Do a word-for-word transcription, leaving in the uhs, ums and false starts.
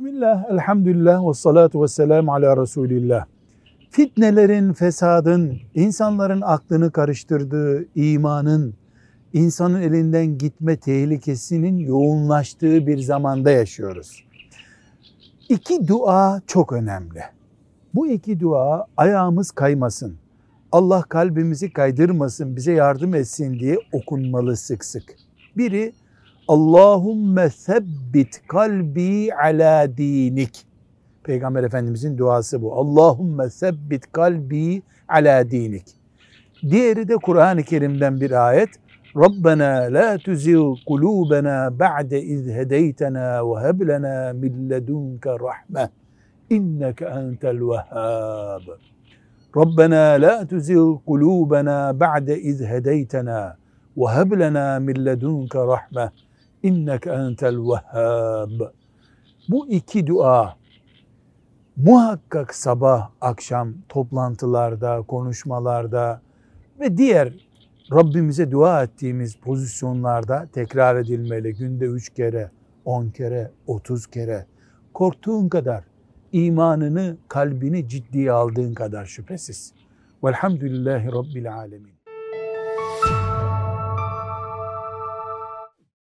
Bismillah, elhamdülillah ve salatu ve selamu ala Resulillah. Fitnelerin, fesadın, insanların aklını karıştırdığı, imanın, insanın elinden gitme tehlikesinin yoğunlaştığı bir zamanda yaşıyoruz. İki dua çok önemli. Bu iki dua ayağımız kaymasın, Allah kalbimizi kaydırmasın, bize yardım etsin diye okunmalı sık sık. Biri, Allahümme sebbit kalbi ala dinik. Peygamber Efendimizin duası bu. Allahümme sebbit kalbi ala dinik. Diğeri de Kur'an-ı Kerim'den bir ayet. Rabbena la tuzigh kulubena ba'de iz hedeytena ve heb lena min ledunke rahme inneke entel vehhab. Rabbena la tuzigh kulubena ba'de iz hedeytena ve heb lena min ledunke rahme İnneke entel vehhab. Bu iki dua muhakkak sabah akşam toplantılarda, konuşmalarda ve diğer Rabbimize dua ettiğimiz pozisyonlarda tekrar edilmeli. Günde üç kere, on kere, otuz kere. Korktuğun kadar, imanını, kalbini ciddiye aldığın kadar şüphesiz. Velhamdülillahi Rabbil alemin.